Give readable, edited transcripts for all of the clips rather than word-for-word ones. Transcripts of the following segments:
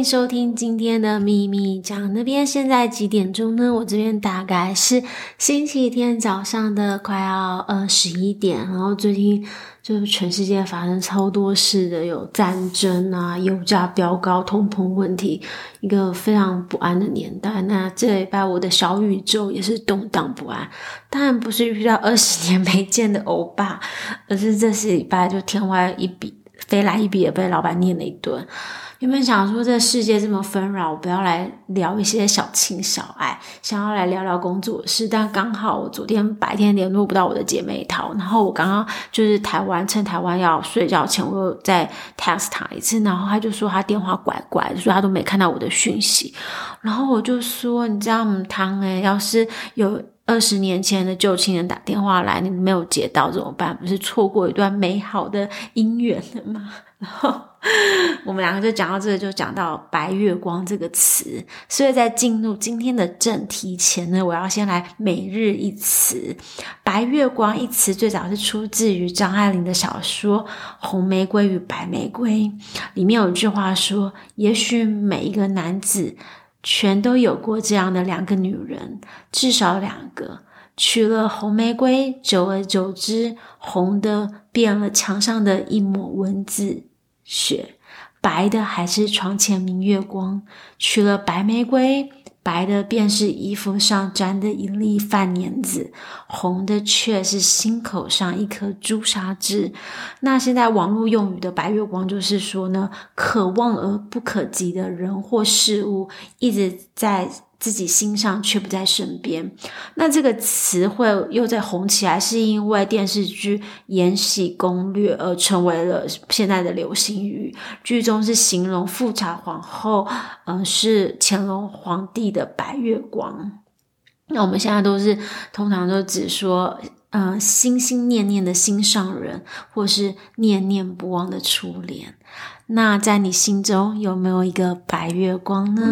收听今天的秘密讲。那边现在几点钟呢？我这边大概是星期天早上的快要11点。然后最近就是全世界发生超多事的，有战争啊，油价飙高，通膨问题，一个非常不安的年代。那这礼拜我的小宇宙也是动荡不安，当然不是遇到20年没见的欧巴，而是这礼拜就天外一笔飞来一笔也被老板念了一顿。原本想说这世界这么纷扰，我不要来聊一些小情小爱，想要来聊聊工作的事，但刚好我昨天白天联络不到我的姐妹淘，然后我刚刚就是趁台湾要睡觉前，我又再 text 她一次，然后她就说她电话怪怪的，说她都没看到我的讯息，然后我就说你这样很汤要是有20年前的旧情人打电话来，你没有接到怎么办？不是错过一段美好的姻缘了吗？然后我们两个就讲到这个，就讲到白月光这个词。所以在进入今天的正题前呢，我要先来每日一词。白月光一词最早是出自于张爱玲的小说《红玫瑰与白玫瑰》，里面有一句话说，也许每一个男子全都有过这样的2个女人，至少2个。娶了红玫瑰，久而久之，红的变了墙上的一抹蚊子血，白的还是床前明月光。娶了白玫瑰，白的便是衣服上沾的一粒饭粘子，红的却是心口上一颗朱砂痣。那现在网络用语的白月光就是说呢，可望而不可及的人或事物一直在自己心上却不在身边。那这个词汇又在红起来，是因为电视剧《延禧攻略》而成为了现在的流行语。剧中是形容富察皇后是乾隆皇帝的白月光。那我们现在通常都只说心心念念的心上人，或是念念不忘的初恋。那在你心中有没有一个白月光呢？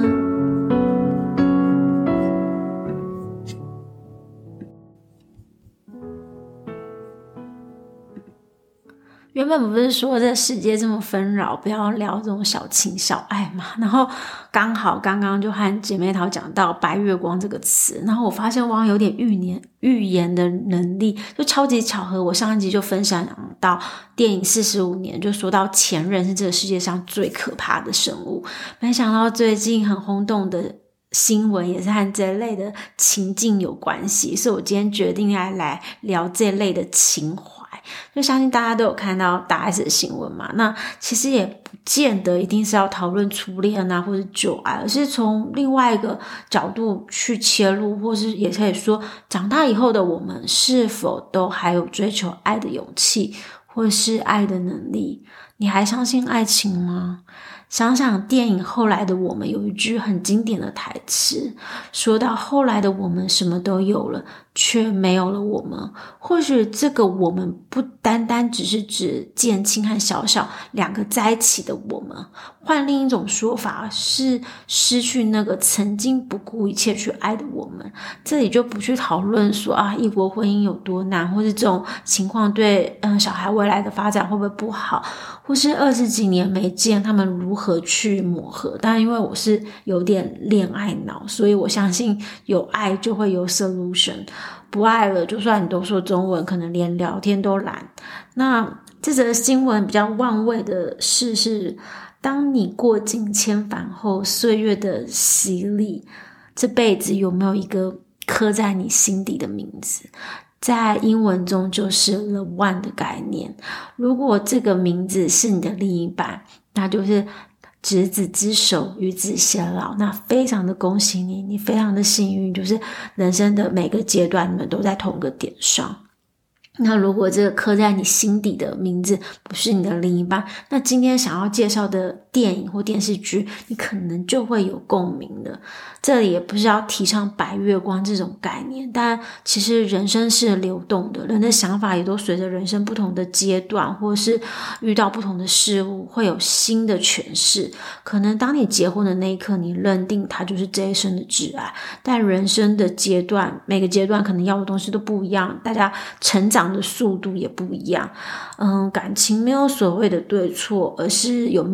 原本不是说这世界这么纷扰，不要聊这种小情小爱嘛，然后刚好刚刚就和姐妹淘讲到白月光这个词，然后我发现网友有点预言的能力，就超级巧合。我上一集就分享到电影45年，就说到前任是这个世界上最可怕的生物，没想到最近很轰动的新闻也是和这类的情境有关系，所以我今天决定来聊这类的情怀。就相信大家都有看到大 S 的新闻嘛，那其实也不见得一定是要讨论初恋啊或是旧爱，而是从另外一个角度去切入，或是也可以说长大以后的我们是否都还有追求爱的勇气或是爱的能力。你还相信爱情吗？想想电影后来的我们有一句很经典的台词，说到后来的我们什么都有了，却没有了我们。或许这个我们不单单只是指建青和小小2个在一起的我们，换另一种说法是失去那个曾经不顾一切去爱的我们。这里就不去讨论说异国婚姻有多难，或是这种情况对小孩未来的发展会不会不好，或是20几年没见他们如何去磨合。但因为我是有点恋爱脑，所以我相信有爱就会有 solution， 不爱了就算你都说中文，可能连聊天都懒。那这则新闻比较万味的事是，当你过尽千帆后，岁月的洗礼，这辈子有没有一个刻在你心底的名字？在英文中就是 the one 的概念。如果这个名字是你的另一半，那就是执子之手，与子偕老，那非常的恭喜你，你非常的幸运，就是人生的每个阶段你们都在同个点上。那如果这个刻在你心底的名字不是你的另一半，那今天想要介绍的电影或电视剧你可能就会有共鸣的。这里也不是要提倡白月光这种概念，但其实人生是流动的，人的想法也都随着人生不同的阶段或是遇到不同的事物会有新的诠释。可能当你结婚的那一刻你认定它就是这一生的挚爱，但人生的阶段每个阶段可能要的东西都不一样，大家成长的速度也不一样。感情没有所谓的对错，而是有没有办法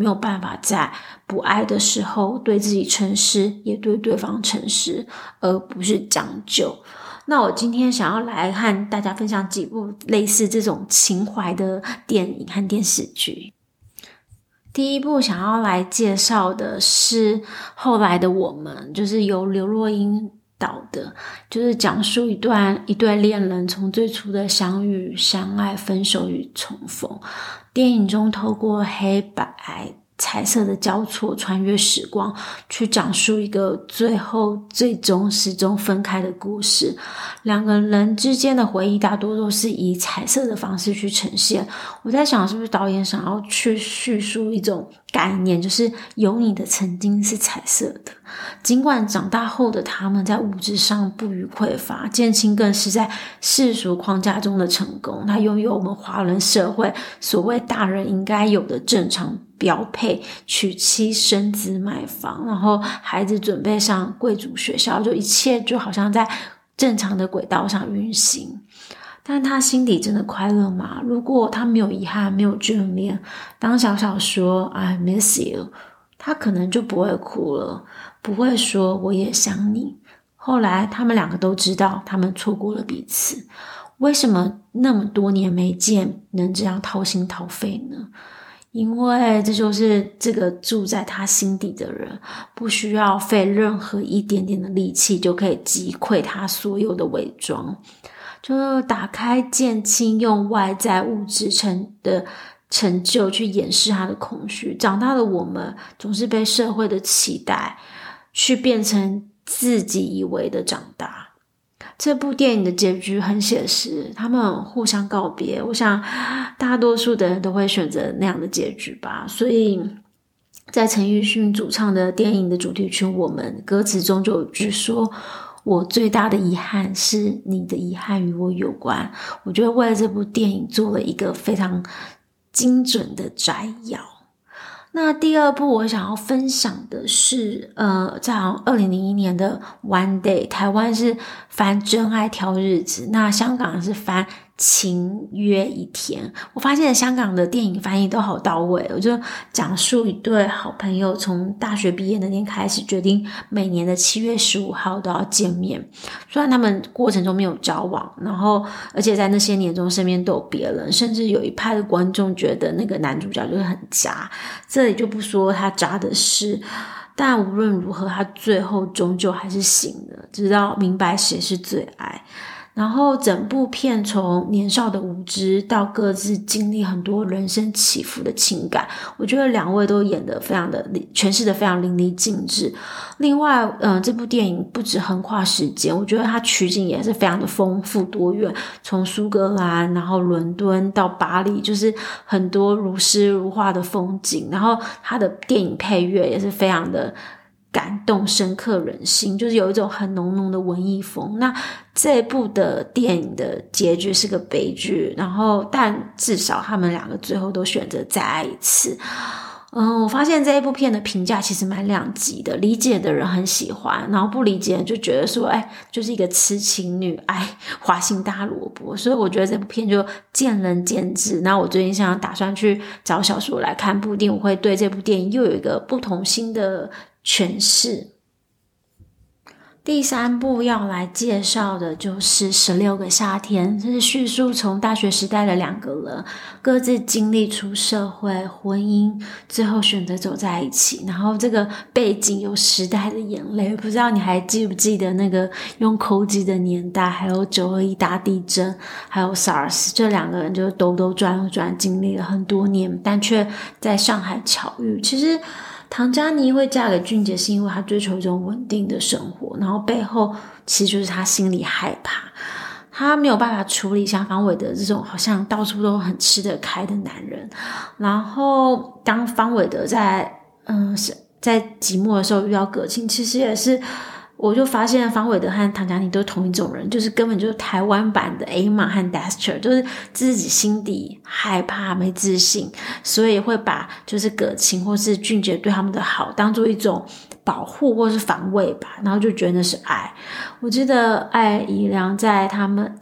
法在不爱的时候对自己诚实，也对对方诚实，而不是将就。那我今天想要来和大家分享几部类似这种情怀的电影和电视剧。第一部想要来介绍的是后来的我们，就是由刘若英导的，就是讲述一对恋人从最初的相遇、相爱、分手与重逢。电影中透过黑白彩色的交错穿越时光，去讲述一个最终始终分开的故事。两个人之间的回忆大多都是以彩色的方式去呈现。我在想是不是导演想要去叙述一种概念，就是有你的曾经是彩色的。尽管长大后的他们在物质上不予匮乏，建清更是在世俗框架中的成功。他拥有我们华人社会所谓大人应该有的正常标配，娶妻生子买房，然后孩子准备上贵族学校，就一切就好像在正常的轨道上运行。但他心底真的快乐吗？如果他没有遗憾，没有眷恋，当小小说 I miss you， 他可能就不会哭了，不会说我也想你。后来他们两个都知道他们错过了彼此，为什么那么多年没见能这样掏心掏肺呢？因为这就是这个住在他心底的人，不需要费任何一点点的力气就可以击溃他所有的伪装。就打开剑清，用外在物质的成就去掩饰他的空虚。长大的我们总是被社会的期待去变成自己以为的长大。这部电影的结局很写实，他们互相告别，我想大多数的人都会选择那样的结局吧。所以在陈奕迅主唱的电影的主题曲《我们》歌词中就有句说，我最大的遗憾是你的遗憾与我有关。我觉得为了这部电影做了一个非常精准的摘要。那第二部我想要分享的是在2001年的 One Day， 台湾是翻真爱挑日子，那香港是翻情约一天。我发现香港的电影翻译都好到位，我就讲述一对好朋友从大学毕业那天开始决定每年的7月15号都要见面，虽然他们过程中没有交往，然后而且在那些年中身边都有别人，甚至有一派的观众觉得那个男主角就是很渣，这里就不说他渣的事，但无论如何他最后终究还是醒了，直到明白谁是最爱。然后整部片从年少的无知到各自经历很多人生起伏的情感，我觉得两位都演得非常的诠释得非常淋漓尽致。另外这部电影不止横跨时间，我觉得它取景也是非常的丰富多元，从苏格兰然后伦敦到巴黎，就是很多如诗如画的风景。然后它的电影配乐也是非常的感动深刻人心，就是有一种很浓浓的文艺风。那这部的电影的结局是个悲剧，然后但至少他们两个最后都选择再爱一次。我发现这一部片的评价其实蛮两极的，理解的人很喜欢，然后不理解就觉得说就是一个痴情女爱花心大萝卜。所以我觉得这部片就见仁见智。那我最近想打算去找小说来看，不一定我会对这部电影又有一个不同新的诠释。第三部要来介绍的就是16个夏天，这是叙述从大学时代的两个人各自经历出社会婚姻，最后选择走在一起。然后这个背景有时代的眼泪，不知道你还记不记得那个用口技的年代，还有921大地震，还有 SARS， 这两个人就兜转经历了很多年，但却在上海巧遇。其实唐嘉妮会嫁给俊杰是因为她追求一种稳定的生活，然后背后其实就是她心里害怕，她没有办法处理像方伟德这种好像到处都很吃得开的男人。然后当方伟德在寂寞的时候遇到葛青，其实也是我就发现方伟德和唐嘉妮都是同一种人，就是根本就是台湾版的 Emma 和 Dexter， 就是自己心底害怕没自信，所以会把就是葛青或是俊杰对他们的好当做一种保护或是防卫吧，然后就觉得那是爱。我记得艾怡良在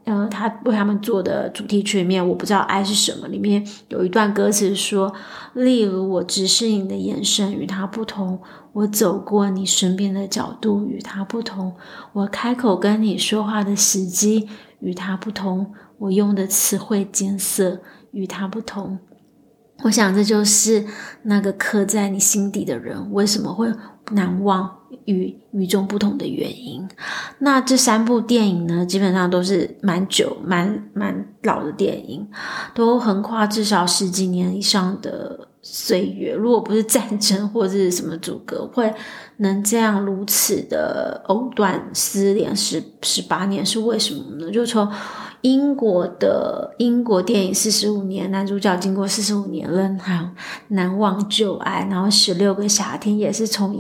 他为他们做的主题曲里面，我不知道爱是什么，里面有一段歌词说，例如我直视你的眼神与他不同，我走过你身边的角度与他不同，我开口跟你说话的时机与他不同，我用的词汇艰涩与他不同。我想这就是那个刻在你心底的人为什么会难忘与众不同的原因。那这3部电影呢，基本上都是蛮老的电影，都横跨至少10几年以上的岁月。如果不是战争或是什么阻隔，会能这样如此的藕断丝连18年是为什么呢？就从英国电影45年，男主角经过45年仍难忘旧爱，然后16个夏天也是从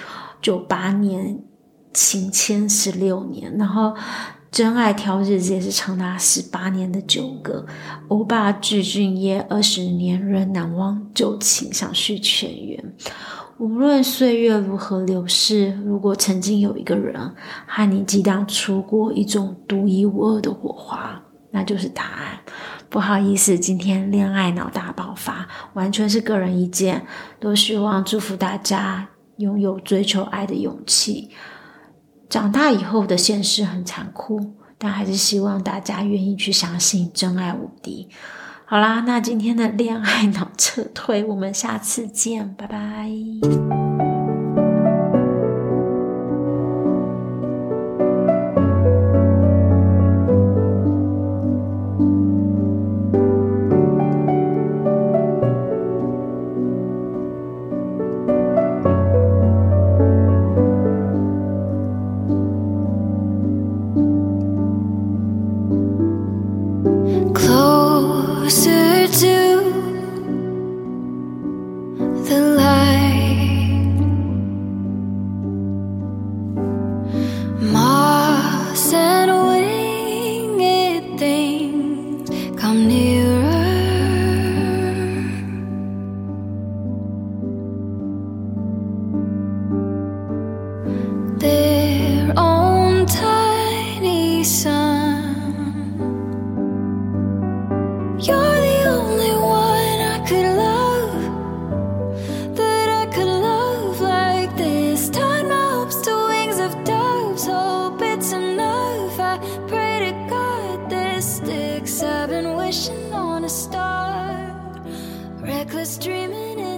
1998年情牵16年，然后真爱挑日子也是长达18年的9个，欧巴具俊晔20年仍难忘旧情，想续前缘。无论岁月如何流逝，如果曾经有一个人和你激荡出过一种独一无二的火花，那就是答案。不好意思，今天恋爱脑大爆发，完全是个人意见，都希望祝福大家拥有追求爱的勇气。长大以后的现实很残酷，但还是希望大家愿意去相信真爱无敌。好啦，那今天的恋爱脑撤退，我们下次见，拜拜。 I've been wishing on a star, reckless dreaming